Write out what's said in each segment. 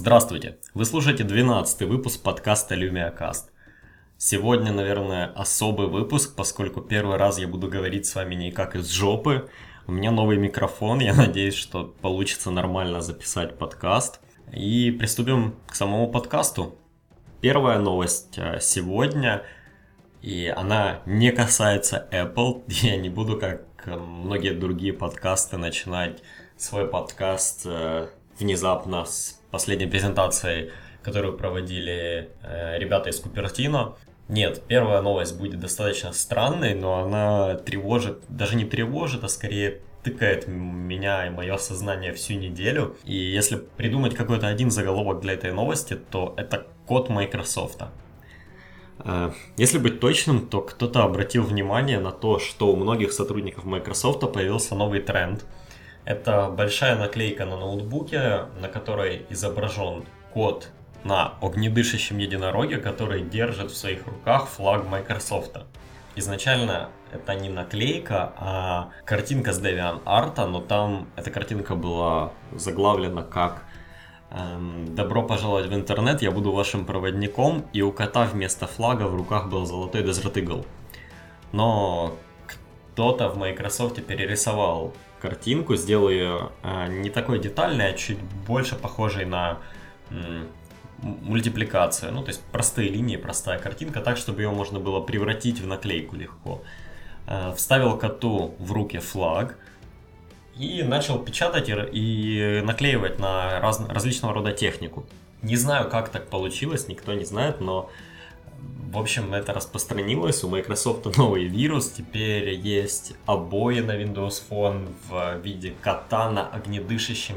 Здравствуйте! Вы слушаете 12-й выпуск подкаста LumiaCast. Сегодня, наверное, особый выпуск, поскольку первый раз я буду говорить с вами не как из жопы. У меня новый микрофон, я надеюсь, что получится нормально записать подкаст. И приступим к самому подкасту. Первая новость сегодня, и она не касается Apple. Я не буду, как многие другие подкасты, начинать свой подкаст внезапно с последней презентацией, которую проводили ребята из Купертино. Нет, первая новость будет достаточно странной, но она тревожит, даже не тревожит, а скорее тыкает меня и мое сознание всю неделю. И если придумать какой-то один заголовок для этой новости, то это код Microsoft. Если быть точным, то кто-то обратил внимание на то, что у многих сотрудников Microsoft появился новый тренд. Это большая наклейка на ноутбуке, на которой изображен код на огнедышащем единороге, который держит в своих руках флаг Microsoft. Изначально это не наклейка, а картинка с DeviantArt, но там эта картинка была заглавлена как «Добро пожаловать в интернет, я буду вашим проводником», и у кота вместо флага в руках был золотой Desert Eagle. Но кто-то в Microsoft перерисовал картинку, сделал ее не такой детальной, а чуть больше похожей на мультипликацию. Ну, то есть простые линии, простая картинка, так, чтобы ее можно было превратить в наклейку легко. Вставил коту в руки флаг и начал печатать и наклеивать на различного рода технику. Не знаю, как так получилось, никто не знает, но в общем, это распространилось, у Microsoft новый вирус, теперь есть обои на Windows Phone в виде кота на огнедышащем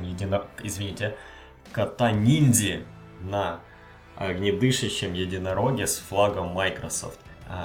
кота-ниндзя на огнедышащем единороге с флагом Microsoft.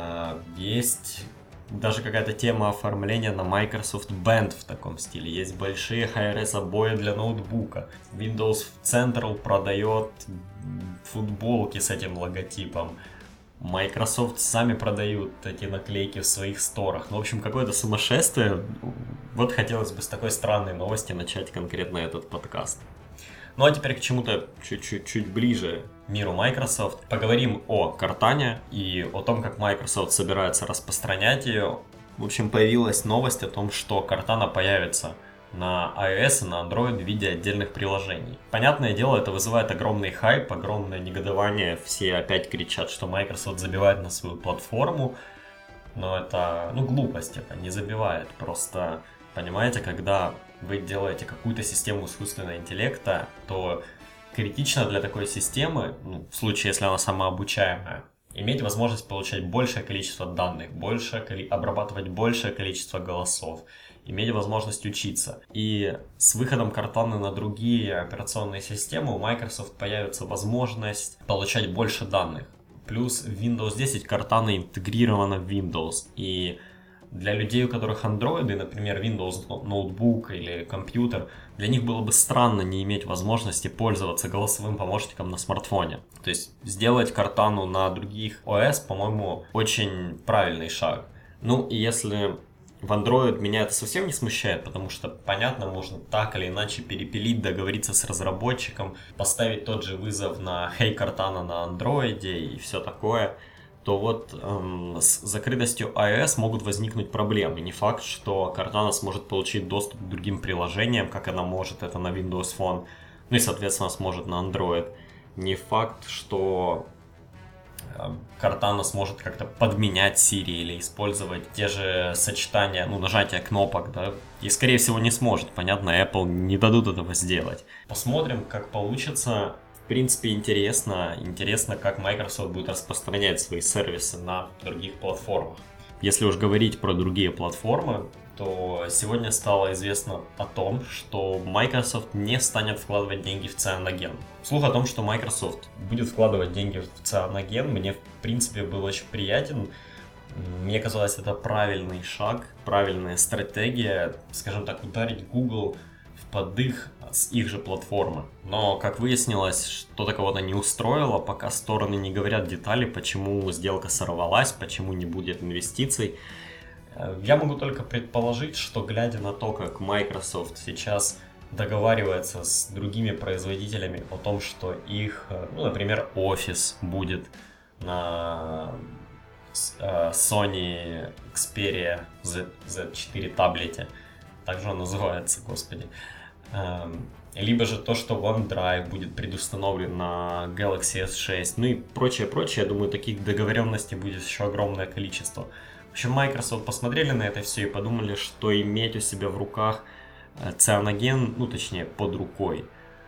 Есть даже какая-то тема оформления на Microsoft Band в таком стиле. Есть большие Hi-Res обои для ноутбука. Windows Central продает футболки с этим логотипом. Microsoft сами продают эти наклейки в своих сторах. Ну, в общем, какое-то сумасшествие. Вот хотелось бы с такой странной новости начать конкретно этот подкаст. Ну, а теперь к чему-то чуть ближе миру Microsoft. Поговорим о Cortana и о том, как Microsoft собирается распространять ее. В общем, появилась новость о том, что Cortana появится на iOS и на Android в виде отдельных приложений. Понятное дело, это вызывает огромный хайп, огромное негодование. Все опять кричат, что Microsoft забивает на свою платформу. Но это, глупость, это не забивает. Просто, понимаете, когда вы делаете какую-то систему искусственного интеллекта, то критично для такой системы, в случае, если она самообучаемая, иметь возможность получать большее количество данных, обрабатывать большее количество голосов, иметь возможность учиться. И с выходом Cortana на другие операционные системы у Microsoft появится возможность получать больше данных. Плюс в Windows 10 Cortana интегрирована в Windows. И для людей, у которых Android, например, Windows ноутбук или компьютер, для них было бы странно не иметь возможности пользоваться голосовым помощником на смартфоне. То есть сделать Cortana на других OS, по-моему, очень правильный шаг. Ну и если в Android меня это совсем не смущает, потому что, понятно, можно так или иначе перепилить, договориться с разработчиком, поставить тот же вызов на Hey Cortana на Android и все такое, то вот с закрытостью iOS могут возникнуть проблемы. Не факт, что Cortana сможет получить доступ к другим приложениям, как она может это на Windows Phone, ну и, соответственно, сможет на Android. Не факт, что Cortana сможет как-то подменять Siri или использовать те же сочетания, нажатия кнопок, да, и, скорее всего, не сможет. Понятно, Apple не дадут этого сделать. Посмотрим, как получится. В принципе, интересно, как Microsoft будет распространять свои сервисы на других платформах. Если уж говорить про другие платформы, то сегодня стало известно о том, что Microsoft не станет вкладывать деньги в цианоген. Слух о том, что Microsoft будет вкладывать деньги в цианоген, мне в принципе был очень приятен. Мне казалось, это правильный шаг, правильная стратегия, скажем так, ударить Google в подых с их же платформы. Но, как выяснилось, что-то кого-то не устроило, пока стороны не говорят детали, почему сделка сорвалась, почему не будет инвестиций. Я могу только предположить, что, глядя на то, как Microsoft сейчас договаривается с другими производителями о том, что их, ну, например, офис будет на Sony Xperia Z4 таблете. Так же он называется, господи. Либо же то, что OneDrive будет предустановлен на Galaxy S6, ну и прочее. Я думаю, таких договоренностей будет еще огромное количество. В общем, Microsoft посмотрели на это все и подумали, что иметь у себя в руках Cyanogen, ну точнее под рукой,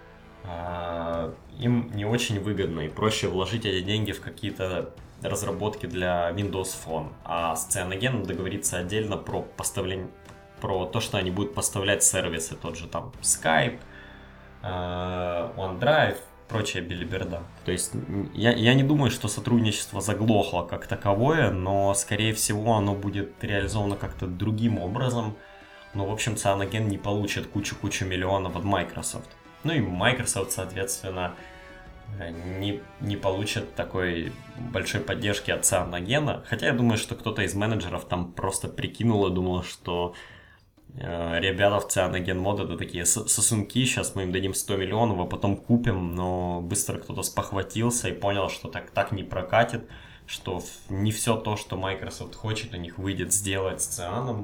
им не очень выгодно, и проще вложить эти деньги в какие-то разработки для Windows Phone. А с Cyanogen договориться отдельно про то, что они будут поставлять сервисы, тот же там Skype, OneDrive, прочая белиберда. То есть я не думаю, что сотрудничество заглохло как таковое, но скорее всего оно будет реализовано как-то другим образом. Но в общем Cyanogen не получит кучу миллионов от Microsoft. Ну и Microsoft, соответственно, не получит такой большой поддержки от Cyanogen. Хотя я думаю, что кто-то из менеджеров там просто прикинул и думал, что ребята в Cyanogen Mod это такие сосунки, сейчас мы им дадим 100 миллионов, а потом купим, но быстро кто-то спохватился и понял, что так не прокатит, что не все то, что Microsoft хочет, у них выйдет сделать с Cyan,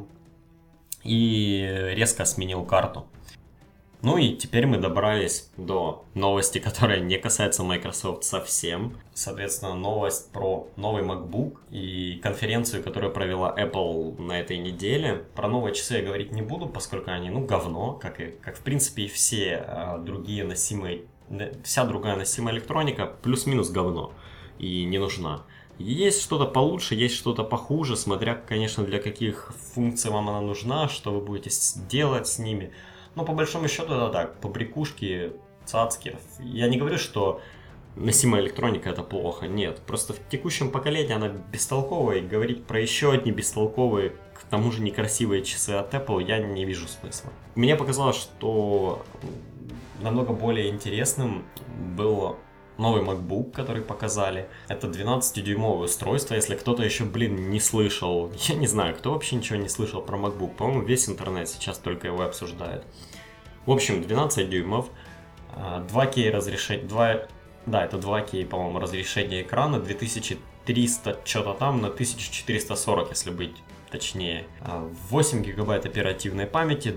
и резко сменил карту. Ну и теперь мы добрались до новости, которая не касается Microsoft совсем. Соответственно, новость про новый MacBook и конференцию, которую провела Apple на этой неделе. Про новые часы я говорить не буду, поскольку они, говно, как в принципе и все другие вся другая носимая электроника, плюс-минус говно и не нужна. Есть что-то получше, есть что-то похуже, смотря, конечно, для каких функций вам она нужна, что вы будете делать с ними. Но по большому счету это так, побрякушки, цацки. Я не говорю, что носимая электроника это плохо, нет. Просто в текущем поколении она бестолковая, и говорить про еще одни бестолковые, к тому же некрасивые часы от Apple я не вижу смысла. Мне показалось, что намного более интересным был новый MacBook, который показали. Это 12-дюймовое устройство, если кто-то еще, не слышал. Я не знаю, кто вообще ничего не слышал про MacBook. По-моему, весь интернет сейчас только его обсуждает. В общем, 12 дюймов, 2К разрешение, это 2К, по-моему, разрешение экрана, 2300 что-то там на 1440, если быть точнее. 8 гигабайт оперативной памяти,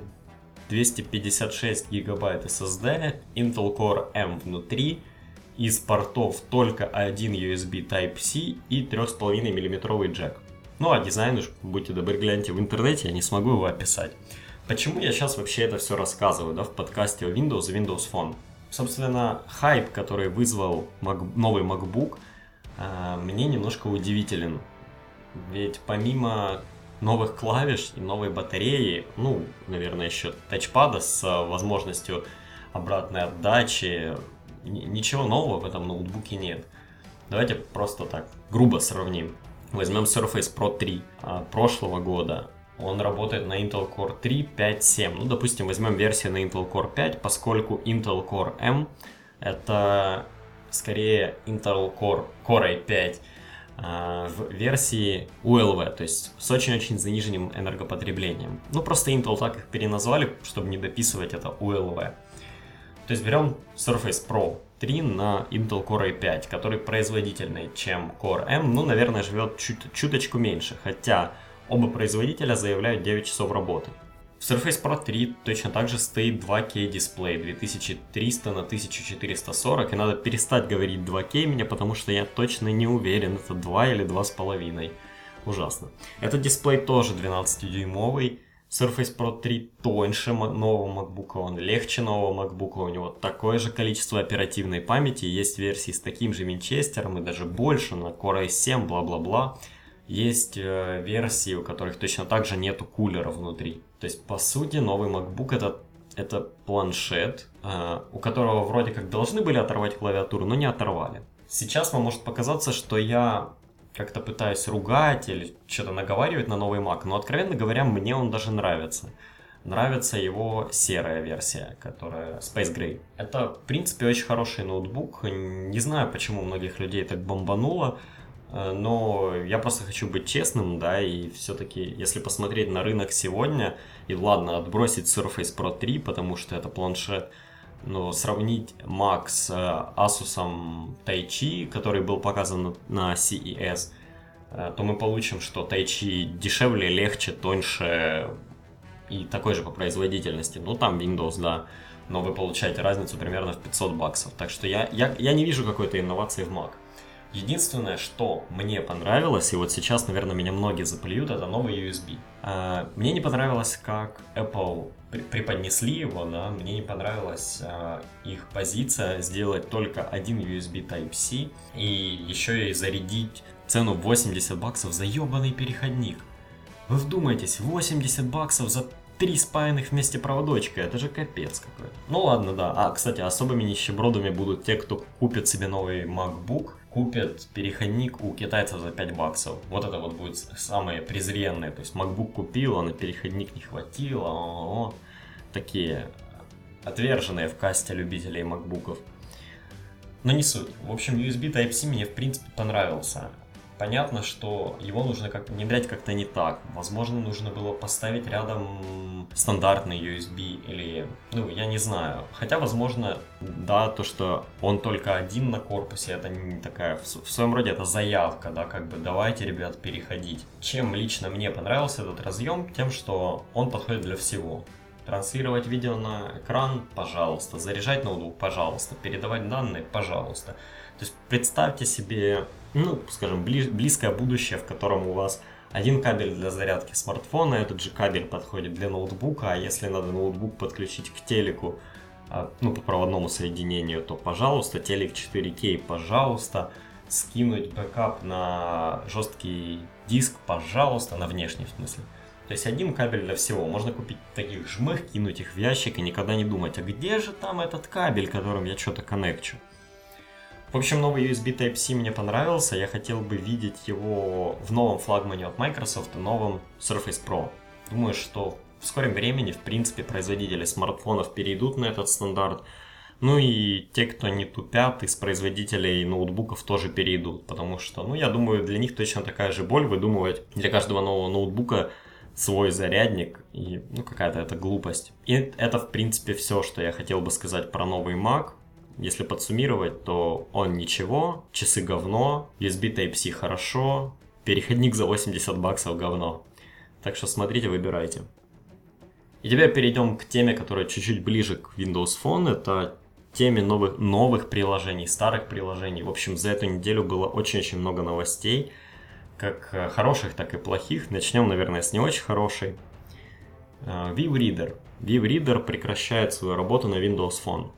256 гигабайт SSD, Intel Core M внутри, из портов только один USB Type-C и 3,5 мм джек. Ну а дизайн уж, будьте добры, гляньте в интернете, я не смогу его описать. Почему я сейчас вообще это все рассказываю, в подкасте о Windows и Windows Phone? Собственно, хайп, который вызвал новый MacBook, мне немножко удивителен. Ведь помимо новых клавиш и новой батареи, наверное, еще тачпада с возможностью обратной отдачи, ничего нового в этом ноутбуке нет. Давайте просто так, грубо сравним. Возьмем Surface Pro 3 прошлого года. Он работает на Intel Core 3 5.7. Допустим, возьмем версию на Intel Core 5, поскольку Intel Core M это скорее Intel Core i5 в версии ULV, то есть с очень-очень заниженным энергопотреблением. Просто Intel так их переназвали, чтобы не дописывать это ULV. То есть берем Surface Pro 3 на Intel Core i5, который производительный, чем Core M, наверное, живет чуточку меньше, хотя оба производителя заявляют 9 часов работы. В Surface Pro 3 точно так же стоит 2К дисплей 2300 на 1440, и надо перестать говорить 2К мне, потому что я точно не уверен, это 2 или 2,5. Ужасно. Этот дисплей тоже 12-дюймовый. Surface Pro 3 тоньше нового MacBook, он легче нового MacBook, у него такое же количество оперативной памяти, есть версии с таким же винчестером и даже больше, на Core i7, бла-бла-бла. Есть версии, у которых точно так же нету кулера внутри. То есть, по сути, новый MacBook это планшет, у которого вроде как должны были оторвать клавиатуру, но не оторвали. Сейчас вам может показаться, что я как-то пытаюсь ругать или что-то наговаривать на новый Mac, но, откровенно говоря, мне он даже нравится. Нравится его серая версия, которая Space Gray. Это, в принципе, очень хороший ноутбук. Не знаю, почему многих людей так бомбануло. Но я просто хочу быть честным, да, и все-таки, если посмотреть на рынок сегодня, и ладно, отбросить Surface Pro 3, потому что это планшет, но сравнить Mac с Asus Taichi, который был показан на CES, то мы получим, что Taichi дешевле, легче, тоньше и такой же по производительности. Ну, там Windows, да, но вы получаете разницу примерно в $500. Так что я не вижу какой-то инновации в Mac. Единственное, что мне понравилось, и вот сейчас, наверное, меня многие заплюют, это новый USB. Мне не понравилось, как Apple преподнесли его, да, мне не понравилась их позиция сделать только один USB Type-C и еще и зарядить цену $80 за ебаный переходник. Вы вдумайтесь, $80 за 3 спаянных вместе проводочка, это же капец какой-то. Ну ладно, да. Кстати, особыми нищебродами будут те, кто купит себе новый MacBook, купят переходник у китайцев за $5. Вот это вот будет самое презренное. То есть MacBook купил, а на переходник не хватило. Такие отверженные в касте любителей MacBook'ов. Но не суть. В общем, USB Type-C мне в принципе понравился. Понятно, что его нужно внедрять как-то не так. Возможно, нужно было поставить рядом стандартный USB или, я не знаю. Хотя, возможно, да, то, что он только один на корпусе, это не такая, в своем роде это заявка, да, давайте, ребят, переходить. Чем лично мне понравился этот разъем? Тем, что он подходит для всего. Транслировать видео на экран, пожалуйста. Заряжать ноутбук, пожалуйста. Передавать данные, пожалуйста. То есть представьте себе, скажем, близкое будущее, в котором у вас один кабель для зарядки смартфона, этот же кабель подходит для ноутбука, а если надо ноутбук подключить к телеку, по проводному соединению, то пожалуйста, телек 4К, пожалуйста, скинуть бэкап на жесткий диск, пожалуйста, на внешний в смысле. То есть один кабель для всего. Можно купить таких жмых, кинуть их в ящик и никогда не думать, а где же там этот кабель, которым я что-то коннекчу. В общем, новый USB Type-C мне понравился. Я хотел бы видеть его в новом флагмане от Microsoft, новом Surface Pro. Думаю, что в скором времени, в принципе, производители смартфонов перейдут на этот стандарт. Ну и те, кто не тупят, из производителей ноутбуков тоже перейдут. Потому что, я думаю, для них точно такая же боль выдумывать для каждого нового ноутбука свой зарядник, и какая-то это глупость. И это, в принципе, все, что я хотел бы сказать про новый Mac. Если подсуммировать, то он ничего, часы говно, USB Type-C хорошо, переходник за $80 говно. Так что смотрите, выбирайте. И теперь перейдем к теме, которая чуть-чуть ближе к Windows Phone. Это теме новых приложений, старых приложений. В общем, за эту неделю было очень-очень много новостей. Как хороших, так и плохих. Начнем, наверное, с не очень хорошей. View Reader. View Reader прекращает свою работу на Windows Phone.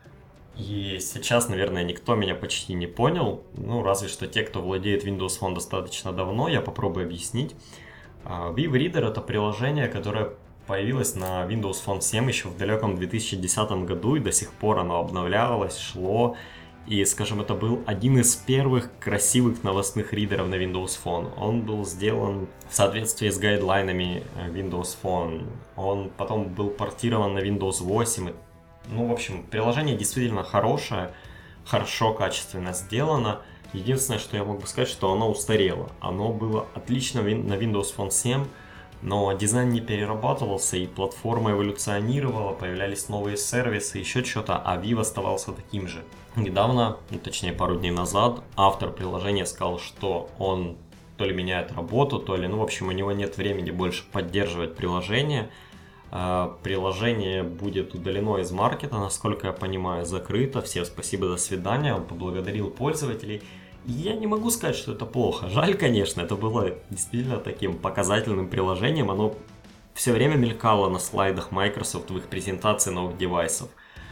И сейчас, наверное, никто меня почти не понял. Разве что те, кто владеет Windows Phone достаточно давно. Я попробую объяснить. View Reader — это приложение, которое появилось на Windows Phone 7 еще в далеком 2010 году. И до сих пор оно обновлялось, шло. И, скажем, это был один из первых красивых новостных ридеров на Windows Phone. Он был сделан в соответствии с гайдлайнами Windows Phone. Он потом был портирован на Windows 8. В общем, приложение действительно хорошее, хорошо, качественно сделано. Единственное, что я могу сказать, что оно устарело. Оно было отлично на Windows Phone 7, но дизайн не перерабатывался, и платформа эволюционировала, появлялись новые сервисы, еще что-то, а View оставался таким же. Недавно, точнее пару дней назад, автор приложения сказал, что он то ли меняет работу, то ли, в общем, у него нет времени больше поддерживать приложение. Приложение будет удалено из маркета, насколько я понимаю, закрыто. Всем спасибо, до свидания. Он поблагодарил пользователей. Я не могу сказать, что это плохо. Жаль, конечно, это было действительно таким показательным приложением. Оно все время мелькало на слайдах Microsoft в их презентации новых девайсов.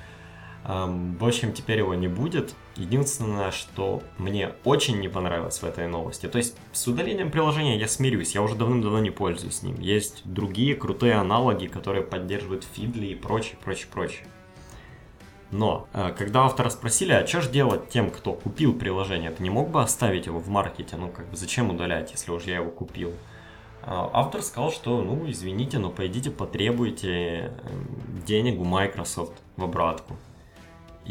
В общем, теперь его не будет. Единственное, что мне очень не понравилось в этой новости, то есть с удалением приложения я смирюсь, я уже давным-давно не пользуюсь ним. Есть другие крутые аналоги, которые поддерживают Feedly и прочее. Но, когда автора спросили, а что же делать тем, кто купил приложение, ты не мог бы оставить его в маркете? Зачем удалять, если уж я его купил? Автор сказал, что, извините, но пойдите потребуйте денег у Microsoft в обратку. И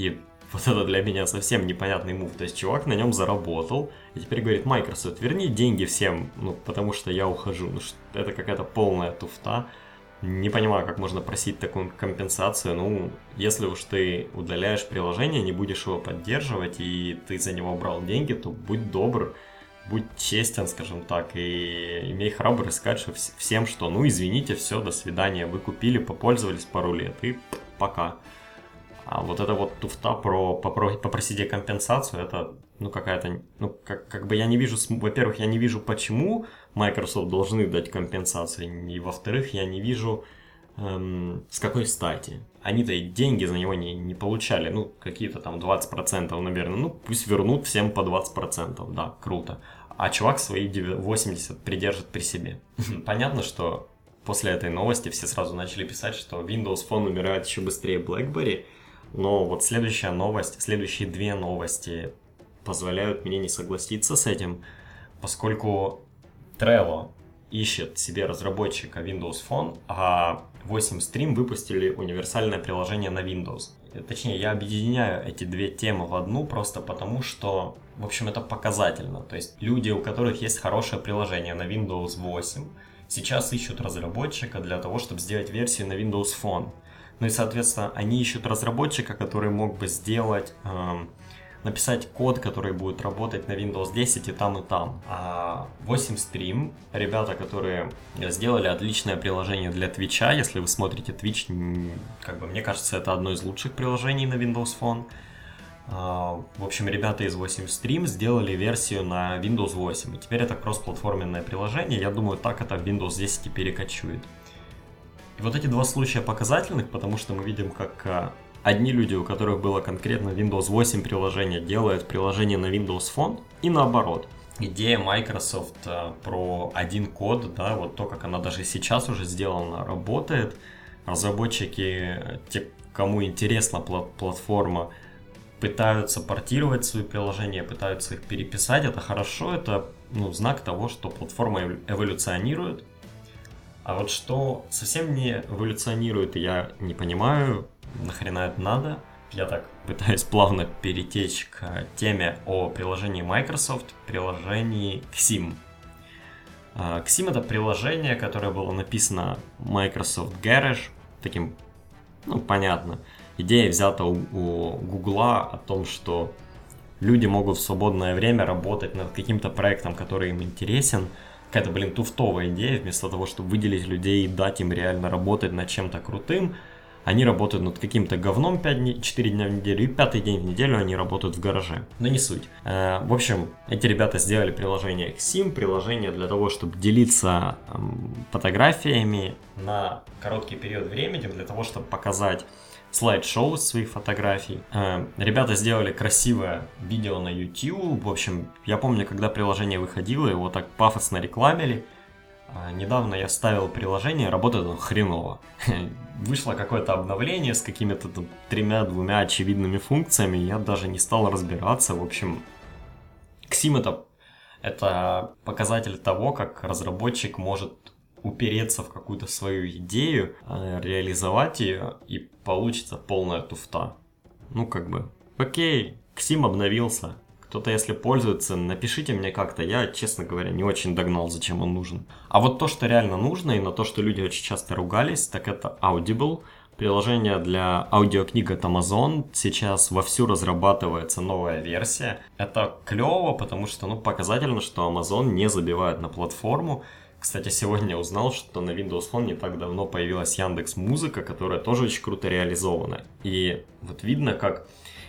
Вот это для меня совсем непонятный мув. То есть чувак на нем заработал, и теперь говорит: Microsoft, верни деньги всем, ну, потому что я ухожу. Ну, это какая-то полная туфта. Не понимаю, как можно просить такую компенсацию. Ну, если уж ты удаляешь приложение, не будешь его поддерживать, и ты за него брал деньги, то будь добр, будь честен, скажем так, и имей храбрость сказать всем, что ну извините, все, до свидания, вы купили, попользовались пару лет, и пока. А вот это вот туфта про попросите компенсацию, это ну какая-то, ну как бы я не вижу, во-первых, я не вижу, почему Microsoft должны дать компенсацию, и во-вторых, я не вижу, с какой стати. Они-то и деньги за него не получали, ну какие-то там 20%, наверное, ну пусть вернут всем по 20%, да, круто. А чувак свои 80 придержит при себе. Понятно, что после этой новости все сразу начали писать, что Windows Phone умирает еще быстрее BlackBerry. Но вот следующие две новости позволяют мне не согласиться с этим, поскольку Trello ищет себе разработчика Windows Phone, а 8Stream выпустили универсальное приложение на Windows. Точнее, я объединяю эти две темы в одну просто потому, что, в общем, это показательно. То есть люди, у которых есть хорошее приложение на Windows 8, сейчас ищут разработчика для того, чтобы сделать версию на Windows Phone. Ну и, соответственно, они ищут разработчика, который мог бы сделать, написать код, который будет работать на Windows 10 и там, и там. А 8Stream, ребята, которые сделали отличное приложение для Twitch, если вы смотрите Twitch, как бы мне кажется, это одно из лучших приложений на Windows Phone. В общем, ребята из 8Stream сделали версию на Windows 8, и теперь это кроссплатформенное приложение, я думаю, так это в Windows 10 и перекочует. И вот эти два случая показательных, потому что мы видим, как одни люди, у которых было конкретно Windows 8 приложение, делают приложение на Windows Phone, и наоборот. Идея Microsoft про один код, да, вот то, как она даже сейчас уже сделана, работает. Разработчики, те, кому интересна платформа, пытаются портировать свои приложения, пытаются их переписать. Это хорошо, это знак того, что платформа эволюционирует. А вот что совсем не эволюционирует, я не понимаю, нахрена это надо. Я так пытаюсь плавно перетечь к теме о приложении Microsoft, приложении XIM. XIM — это приложение, которое было написано Microsoft Garage, таким, понятно. Идея взята у Гугла о том, что люди могут в свободное время работать над каким-то проектом, который им интересен. Какая-то, туфтовая идея, вместо того, чтобы выделить людей и дать им реально работать над чем-то крутым, они работают над каким-то говном 4 дня в неделю, и 5-й день в неделю они работают в гараже. Но не суть. В общем, эти ребята сделали приложение XIM, приложение для того, чтобы делиться фотографиями на короткий период времени, для того, чтобы показать слайд-шоу своих фотографий. Ребята сделали красивое видео на YouTube. В общем, я помню, когда приложение выходило, его так пафосно рекламили. Недавно я ставил приложение, работает оно хреново. Вышло какое-то обновление с какими-то 3-2 очевидными функциями, я даже не стал разбираться. В общем, XIM это показатель того, как разработчик может упереться в какую-то свою идею, реализовать ее, и получится полная туфта. Окей, XIM обновился. Кто-то, если пользуется, напишите мне как-то. Я, честно говоря, не очень догнал, зачем он нужен. А вот то, что реально нужно, и на то, что люди очень часто ругались, так это Audible. Приложение для аудиокниг от Amazon. Сейчас вовсю разрабатывается новая версия. Это клево, потому что, показательно, что Amazon не забивает на платформу. Кстати, сегодня узнал, что на Windows Phone не так давно появилась Яндекс.Музыка, которая тоже очень круто реализована. И вот видно, как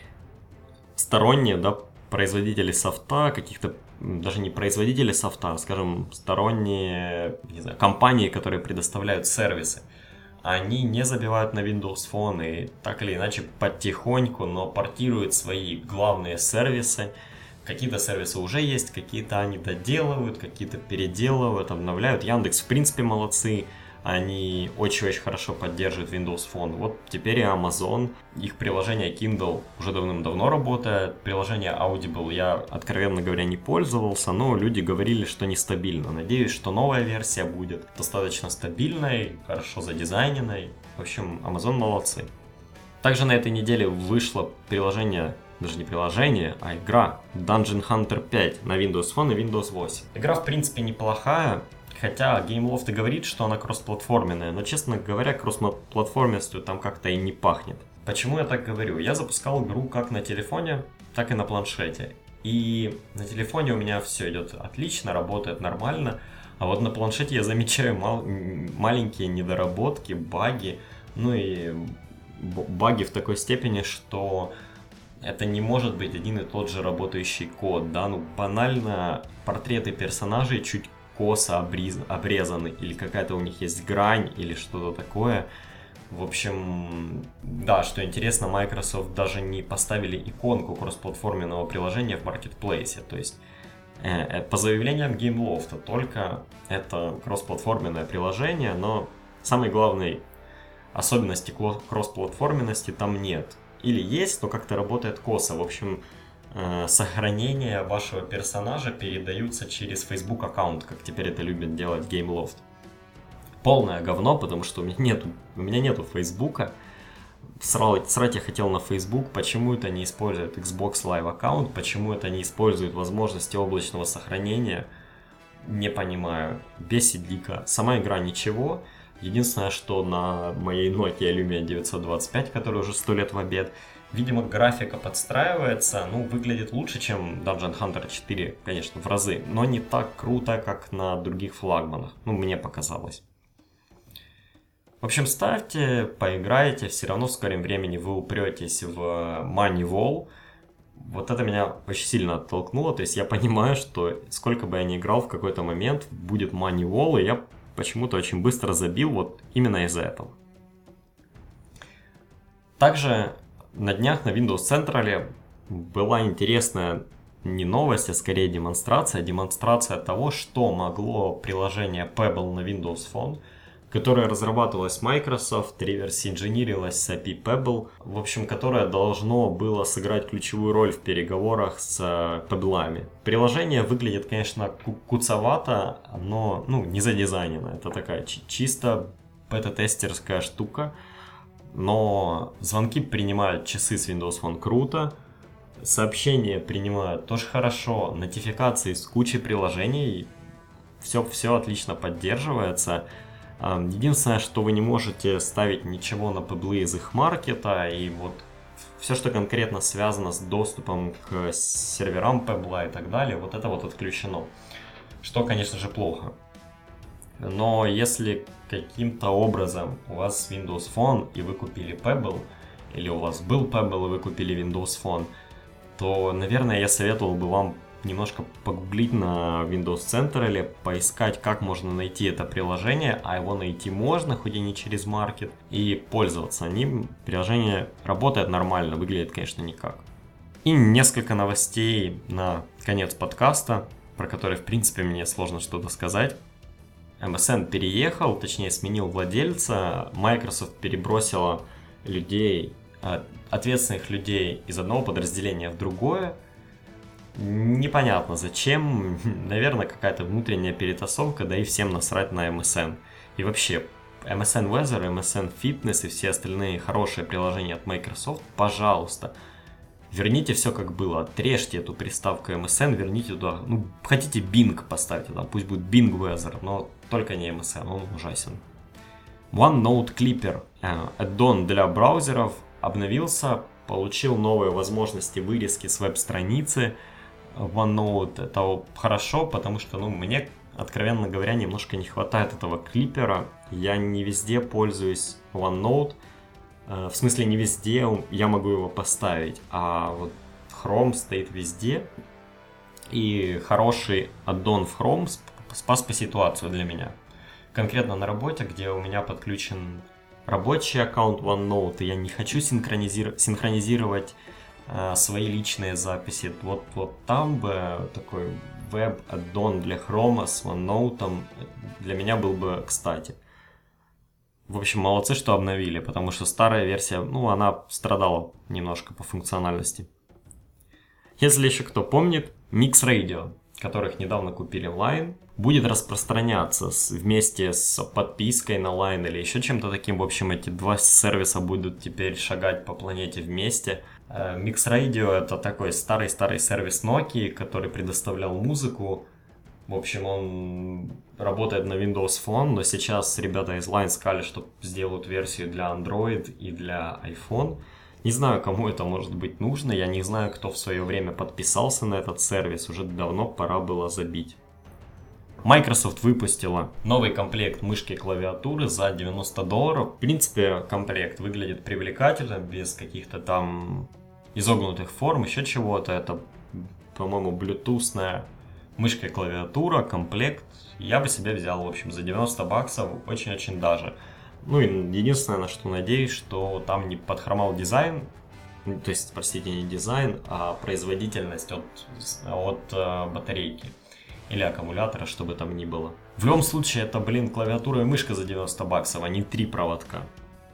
сторонние, производители софта, каких-то, даже не производители софта, а, скажем, сторонние, компании, которые предоставляют сервисы, они не забивают на Windows Phone и так или иначе потихоньку, но портируют свои главные сервисы. Какие-то сервисы уже есть, какие-то они доделывают, какие-то переделывают, обновляют. Яндекс, в принципе, молодцы. Они очень-очень хорошо поддерживают Windows Phone. Вот теперь и Amazon. Их приложение Kindle уже давным-давно работает. Приложение Audible я, откровенно говоря, не пользовался, но люди говорили, что нестабильно. Надеюсь, что новая версия будет достаточно стабильной, хорошо задизайненной. В общем, Amazon молодцы. Также на этой неделе вышло приложение, даже не приложение, а игра Dungeon Hunter 5 на Windows Phone и Windows 8. Игра в принципе неплохая, хотя GameLoft и говорит, что она кроссплатформенная, но, честно говоря, кроссплатформенностью там как-то и не пахнет. Почему я так говорю? Я запускал игру как на телефоне, так и на планшете. И на телефоне у меня все идет отлично, работает нормально, а вот на планшете я замечаю маленькие недоработки, баги, ну и баги в такой степени, что это не может быть один и тот же работающий код, да, ну банально портреты персонажей чуть косо обрезаны, или какая-то у них есть грань, или что-то такое. В общем, да, что интересно, Microsoft даже не поставили иконку кроссплатформенного приложения в маркетплейсе, то есть по заявлениям GameLoft только это кроссплатформенное приложение, но самой главной особенности кроссплатформенности там нет. Или есть, но как-то работает косо. В общем, сохранения вашего персонажа передаются через Facebook аккаунт, как теперь это любит делать GameLoft. Полное говно, потому что у меня нету Фейсбука. Срать я хотел на Facebook, почему это не использует Xbox Live аккаунт, почему это не использует возможности облачного сохранения, не понимаю, бесит дико. Сама игра ничего, единственное, что на моей Nokia Lumia 925, которая уже 100 лет в обед, видимо, графика подстраивается, ну, выглядит лучше, чем Dungeon Hunter 4, конечно, в разы, но не так круто, как на других флагманах, ну, мне показалось. В общем, ставьте, поиграйте, все равно в скором времени вы упретесь в Moneywall. Вот это меня очень сильно оттолкнуло, то есть я понимаю, что сколько бы я ни играл, в какой-то момент будет Moneywall, и я почему-то очень быстро забил вот именно из-за этого. Также на днях на Windows Central была интересная не новость, а скорее демонстрация того, что могло приложение Pebble на Windows Phone, которая разрабатывалась Microsoft, реверс-инжинирилась с API Pebble, в общем, которое должно было сыграть ключевую роль в переговорах с Пеблами. Приложение выглядит, конечно, куцовато, но не задизайнено. Это такая чисто бета-тестерская штука, но звонки принимают часы с Windows Phone круто, сообщения принимают тоже хорошо, нотификации с кучей приложений, все отлично поддерживается. Единственное, что вы не можете ставить ничего на пеблы из их маркета, и вот все, что конкретно связано с доступом к серверам пебла и так далее, вот это вот отключено. Что, конечно же, плохо. Но если каким-то образом у вас Windows Phone и вы купили Pebble, или у вас был Pebble и вы купили Windows Phone, то, наверное, я советовал бы вам немножко погуглить на Windows Central, поискать, как можно найти это приложение, а его найти можно, хоть и не через маркет, и пользоваться ним. Приложение работает нормально, выглядит, конечно, никак. И несколько новостей на конец подкаста, про которые, в принципе, мне сложно что-то сказать. MSN переехал, точнее, сменил владельца, Microsoft перебросила ответственных людей из одного подразделения в другое. Непонятно зачем, наверное, какая-то внутренняя перетасовка, да и всем насрать на MSN. И вообще, MSN Weather, MSN Fitness и все остальные хорошие приложения от Microsoft, пожалуйста, верните все как было, отрежьте эту приставку MSN, верните туда, хотите Bing поставьте, там, пусть будет Bing Weather, но только не MSN, он ужасен. OneNote Clipper, аддон для браузеров, обновился, получил новые возможности вырезки с веб-страницы. OneNote это хорошо, потому что, мне, откровенно говоря, немножко не хватает этого клипера. Я не везде пользуюсь OneNote, в смысле не везде я могу его поставить, а вот Chrome стоит везде, и хороший аддон в Chrome спас по ситуацию для меня. Конкретно на работе, где у меня подключен рабочий аккаунт OneNote, и я не хочу синхронизировать свои личные записи. Вот там бы такой веб-аддон для Chrome с OneNote для меня был бы кстати. В общем, молодцы, что обновили, потому что старая версия, она страдала немножко по функциональности. Если еще кто помнит, Mix Radio. которых недавно купили в Line, будет распространяться вместе с подпиской на Line или еще чем-то таким. В общем, эти два сервиса будут теперь шагать по планете вместе. Mix Radio — это такой старый-старый сервис Nokia, который предоставлял музыку. В общем, он работает на Windows Phone, но сейчас ребята из Line сказали, что сделают версию для Android и для iPhone. Не знаю, кому это может быть нужно, я не знаю, кто в свое время подписался на этот сервис, уже давно пора было забить. Microsoft выпустила новый комплект мышки и клавиатуры за $90. В принципе, комплект выглядит привлекательно, без каких-то там изогнутых форм, еще чего-то. Это, по-моему, блютусная мышка и клавиатура, комплект. Я бы себе взял, в общем, за $90, очень-очень даже. Ну и единственное, на что надеюсь, что там не подхромал дизайн, то есть, простите, не дизайн, а производительность от батарейки или аккумулятора, чтобы там ни было. В любом случае, это, клавиатура и мышка за $90, а не 3 проводка.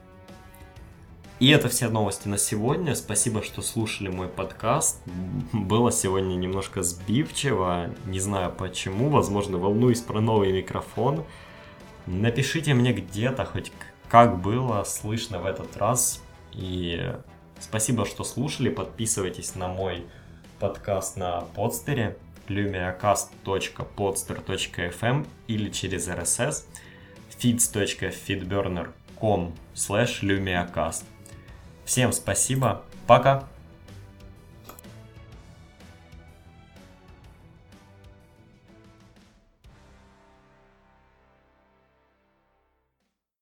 И это все новости на сегодня. Спасибо, что слушали мой подкаст. Было сегодня немножко сбивчиво, не знаю почему, возможно, волнуюсь про новый микрофон. Напишите мне где-то хоть как было слышно в этот раз. И спасибо, что слушали. Подписывайтесь на мой подкаст на подстере lumiacast.podster.fm или через RSS feeds.feedburner.com/lumiacast. Всем спасибо. Пока.